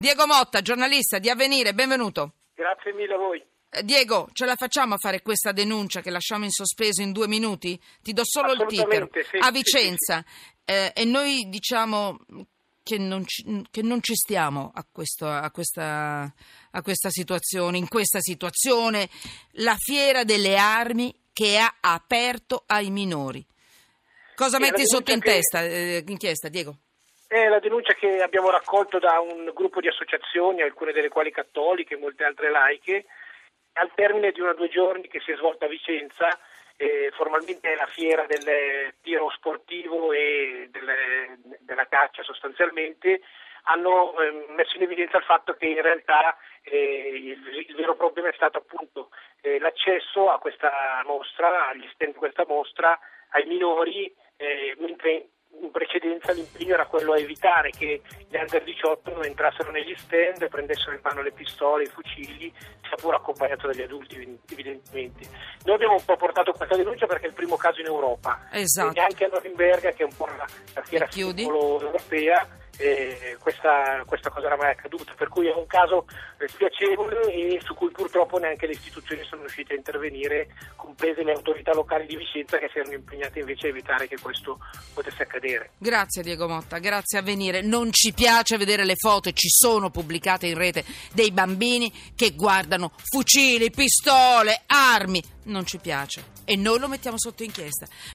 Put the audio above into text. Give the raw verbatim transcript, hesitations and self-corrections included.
Diego Motta, giornalista di Avvenire, benvenuto. Grazie mille a voi. Eh, Diego, ce la facciamo a fare questa denuncia che lasciamo in sospeso in due minuti? Ti do solo il titolo. Sì, a Vicenza. Sì, sì. Eh, e noi diciamo che non ci, che non ci stiamo a, questo, a, questa, a questa situazione, in questa situazione, la fiera delle armi che ha aperto ai minori. Cosa sì, metti sotto in che... testa, eh, inchiesta, Diego? È la denuncia che abbiamo raccolto da un gruppo di associazioni, alcune delle quali cattoliche, molte altre laiche, al termine di una due giorni che si è svolta a Vicenza. Eh, formalmente è la fiera del tiro sportivo e delle, della caccia sostanzialmente, hanno eh, messo in evidenza il fatto che in realtà eh, il, il vero problema è stato appunto eh, l'accesso a questa mostra, agli stand di questa mostra, ai minori, eh, mentre in precedenza l'impegno era quello a evitare che gli under diciotto entrassero negli stand, prendessero in mano le pistole, i fucili, sia pure accompagnato dagli adulti evidentemente. Noi abbiamo un po' portato questa denuncia perché è il primo caso in Europa, esatto. E anche a Norimberga, che è un po' la, la fiera simbolo europea, eh, questa, questa cosa era mai accaduta, per cui è un caso eh, spiacevole e su cui purtroppo neanche le istituzioni sono riuscite a intervenire, comprese le autorità locali di Vicenza, che si erano impegnate invece a evitare che questo potesse accadere. Grazie Diego Motta, grazie a Avvenire. Non ci piace vedere le foto, e ci sono pubblicate in rete, dei bambini che guardano fucili, pistole, armi. Non ci piace e noi lo mettiamo sotto inchiesta.